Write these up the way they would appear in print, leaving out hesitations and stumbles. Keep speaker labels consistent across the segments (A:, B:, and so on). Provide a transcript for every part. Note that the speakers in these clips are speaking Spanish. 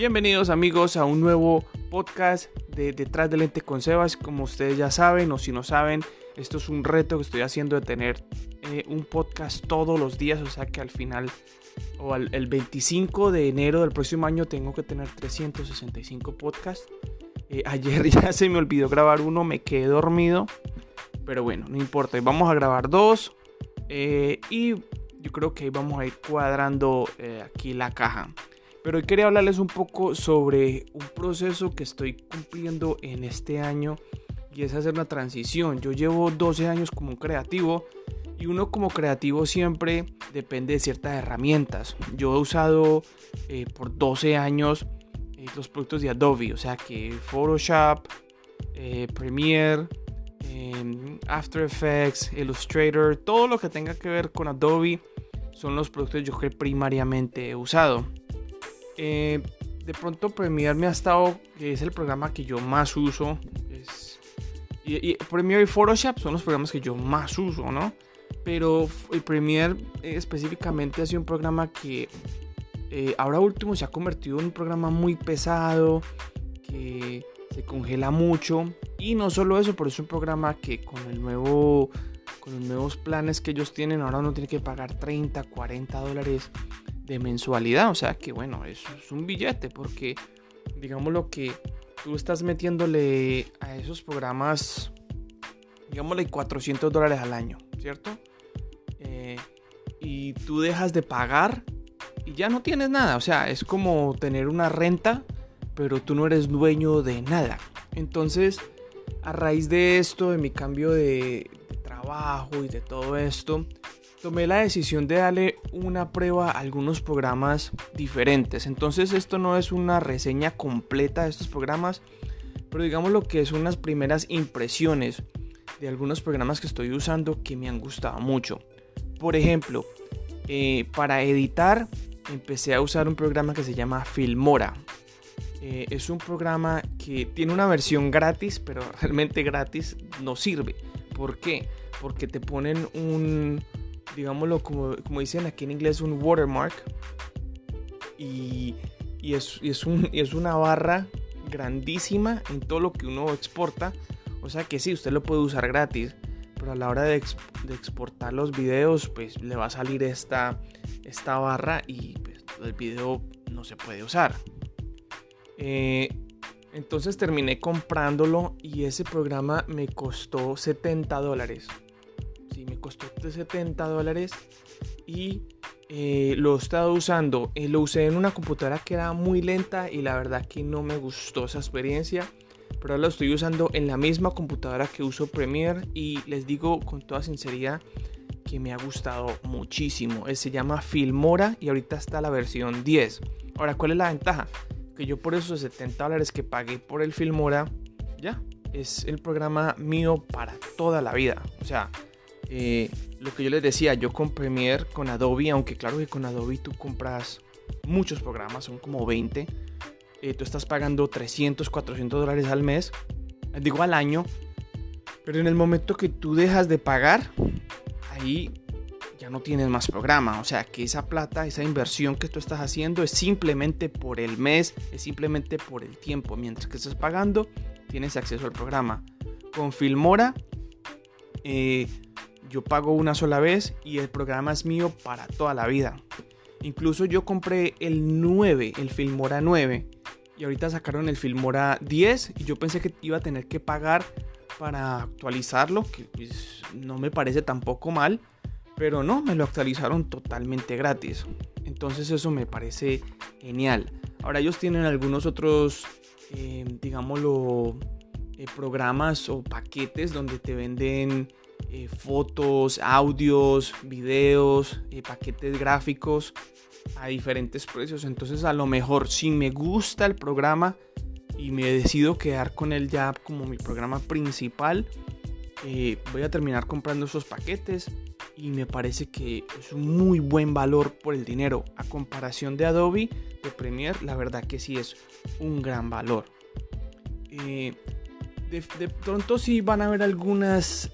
A: Bienvenidos amigos a un nuevo podcast de Detrás del Lente con Sebas. Como ustedes ya saben o si no saben, esto es un reto que estoy haciendo de tener un podcast todos los días. O sea que al final o el 25 de enero del próximo año tengo que tener 365 podcasts. Ayer ya se me olvidó grabar uno, me quedé dormido. Pero bueno, no importa, vamos a grabar dos. Y yo creo que vamos a ir cuadrando aquí la caja. Pero hoy quería hablarles un poco sobre un proceso que estoy cumpliendo en este año y es hacer una transición. Yo llevo 12 años como un creativo y uno como creativo siempre depende de ciertas herramientas. Yo he usado por 12 años los productos de Adobe, o sea que Photoshop, Premiere, After Effects, Illustrator, todo lo que tenga que ver con Adobe son los productos que primariamente he usado. De pronto Premiere me ha estado, que es el programa que yo más uso, y Premiere y Photoshop son los programas que yo más uso, ¿no? Pero el Premiere específicamente ha sido un programa que ahora último se ha convertido en un programa muy pesado, que se congela mucho, y no solo eso, pero es un programa que con los nuevos planes que ellos tienen, ahora uno tiene que pagar $30, $40 de mensualidad. O sea que bueno, eso es un billete, porque digamos lo que tú estás metiéndole a esos programas, digámosle $400 al año, ¿cierto? Y tú dejas de pagar y ya no tienes nada. O sea, es como tener una renta, pero tú no eres dueño de nada. Entonces, a raíz de esto, de mi cambio de trabajo y de todo esto, tomé la decisión de darle una prueba a algunos programas diferentes. Entonces esto no es una reseña completa de estos programas, pero digamos lo que son unas primeras impresiones de algunos programas que estoy usando que me han gustado mucho. Por ejemplo, para editar empecé a usar un programa que se llama Filmora. Es un programa que tiene una versión gratis, pero realmente gratis no sirve. ¿Por qué? Porque te ponen digámoslo como dicen aquí en inglés, un watermark, y es una barra grandísima en todo lo que uno exporta. O sea que sí, usted lo puede usar gratis, pero a la hora de exportar los videos, pues le va a salir esta barra y pues, el video no se puede usar. Entonces terminé comprándolo y ese programa me costó $70. Sí, me costó $70 y lo he estado usando. Lo usé en una computadora que era muy lenta y la verdad que no me gustó esa experiencia. Pero ahora lo estoy usando en la misma computadora que uso Premiere y les digo con toda sinceridad que me ha gustado muchísimo. Se llama Filmora y ahorita está la versión 10. Ahora, ¿cuál es la ventaja? Que yo por esos $70 que pagué por el Filmora, ya, es el programa mío para toda la vida. O sea, lo que yo les decía, yo con Premiere, con Adobe, aunque claro que con Adobe tú compras muchos programas, son como 20, tú estás pagando $300, $400 al mes, digo al año, pero en el momento que tú dejas de pagar, ahí ya no tienes más programa. O sea que esa plata, esa inversión que tú estás haciendo es simplemente por el mes, es simplemente por el tiempo. Mientras que estás pagando, tienes acceso al programa. Con Filmora, yo pago una sola vez y el programa es mío para toda la vida. Incluso yo compré el 9, el Filmora 9, y ahorita sacaron el Filmora 10 y yo pensé que iba a tener que pagar para actualizarlo, que pues no me parece tampoco mal. Pero no, me lo actualizaron totalmente gratis. Entonces eso me parece genial. Ahora ellos tienen algunos otros, programas o paquetes donde te venden fotos, audios, videos, paquetes gráficos a diferentes precios. Entonces a lo mejor si me gusta el programa y me decido quedar con él ya como mi programa principal, voy a terminar comprando esos paquetes. Y me parece que es un muy buen valor por el dinero. A comparación de Adobe, de Premiere, la verdad que sí es un gran valor. De pronto sí van a haber algunas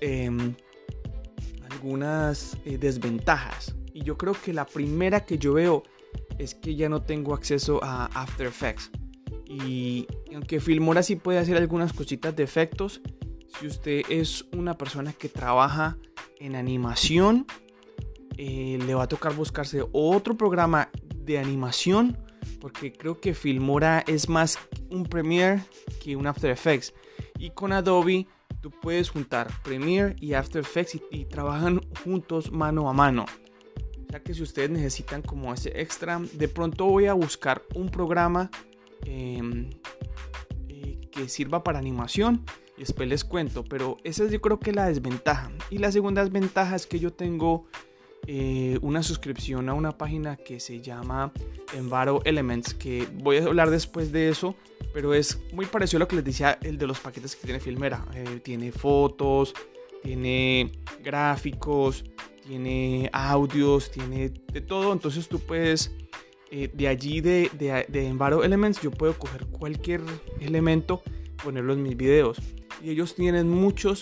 A: desventajas. Y yo creo que la primera que yo veo es que ya no tengo acceso a After Effects. Y aunque Filmora sí puede hacer algunas cositas de efectos, si usted es una persona que trabaja en animación, le va a tocar buscarse otro programa de animación, porque creo que Filmora es más un Premiere que un After Effects. Y con Adobe tú puedes juntar Premiere y After Effects y trabajan juntos mano a mano. O sea que si ustedes necesitan como ese extra, de pronto voy a buscar un programa que sirva para animación y después les cuento. Pero esa es, yo creo que la desventaja. Y la segunda desventaja es que yo tengo una suscripción a una página que se llama Envato Elements, que voy a hablar después de eso, pero es muy parecido a lo que les decía el de los paquetes que tiene Filmora. Tiene fotos, tiene gráficos, tiene audios, tiene de todo. Entonces tú puedes de allí de Envato Elements, yo puedo coger cualquier elemento, ponerlo en mis videos, y ellos tienen muchos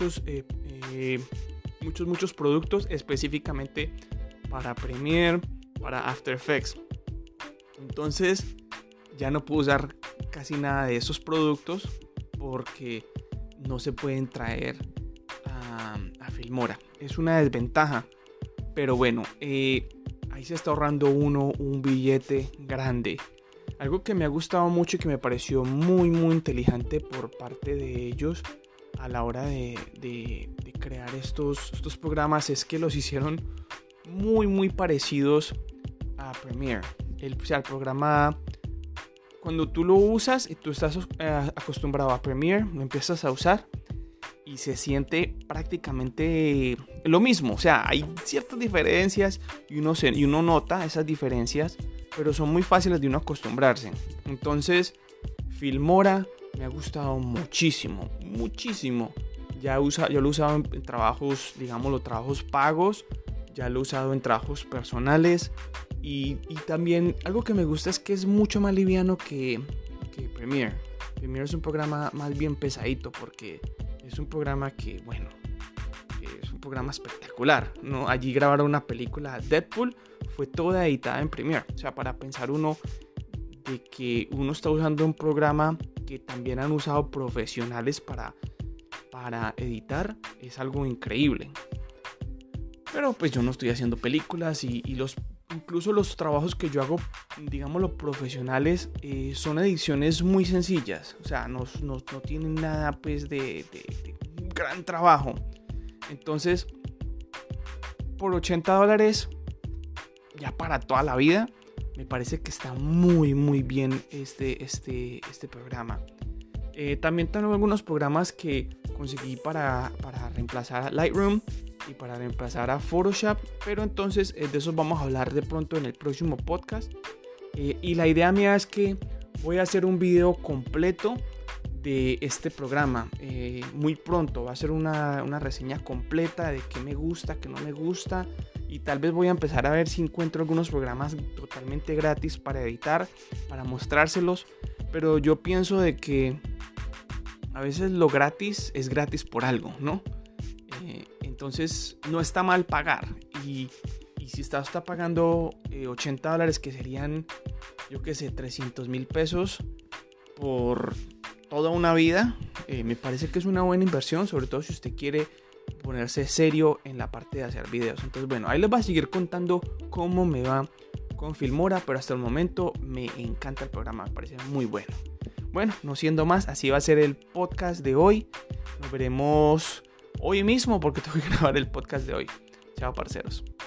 A: productos específicamente para Premiere, para After Effects. Entonces ya no puedo usar casi nada de esos productos porque no se pueden traer a Filmora. Es una desventaja, pero bueno, ahí se está ahorrando uno un billete grande. Algo que me ha gustado mucho y que me pareció muy inteligente por parte de ellos a la hora de crear estos programas es que los hicieron muy parecidos a Premiere. El programa, cuando tú lo usas y tú estás acostumbrado a Premiere, lo empiezas a usar y se siente prácticamente lo mismo. O sea, hay ciertas diferencias y uno nota esas diferencias, pero son muy fáciles de uno acostumbrarse. Entonces, Filmora me ha gustado muchísimo. Yo lo he usado en trabajos, digámoslo, trabajos pagos. Ya lo he usado en trabajos personales. Y también algo que me gusta es que es mucho más liviano que Premiere. Premiere es un programa más bien pesadito porque es un programa que, bueno, es un programa espectacular, ¿no? Allí grabaron una película, Deadpool, fue toda editada en Premiere. O sea, para pensar uno de que uno está usando un programa que también han usado profesionales para editar, es algo increíble. Pero pues yo no estoy haciendo películas y incluso los trabajos que yo hago, digámoslo, profesionales, son ediciones muy sencillas. O sea, no tienen nada pues de un gran trabajo. Entonces, por $80, ya para toda la vida, me parece que está muy bien este programa. También tengo algunos programas que conseguí para reemplazar a Lightroom y para reemplazar a Photoshop, pero entonces de esos vamos a hablar de pronto en el próximo podcast. Y la idea mía es que voy a hacer un video completo de este programa muy pronto. Va a ser una reseña completa de qué me gusta, qué no me gusta, y tal vez voy a empezar a ver si encuentro algunos programas totalmente gratis para editar, para mostrárselos. Pero yo pienso de que a veces lo gratis es gratis por algo, ¿no? Entonces no está mal pagar. Y si está pagando $80, que serían, yo qué sé, 300,000 pesos por toda una vida, me parece que es una buena inversión, sobre todo si usted quiere ponerse serio en la parte de hacer videos. Entonces, bueno, ahí les voy a seguir contando cómo me va con Filmora, pero hasta el momento me encanta el programa, me parece muy bueno. Bueno, no siendo más, así va a ser el podcast de hoy. Nos veremos hoy mismo porque tengo que grabar el podcast de hoy. Chao, parceros.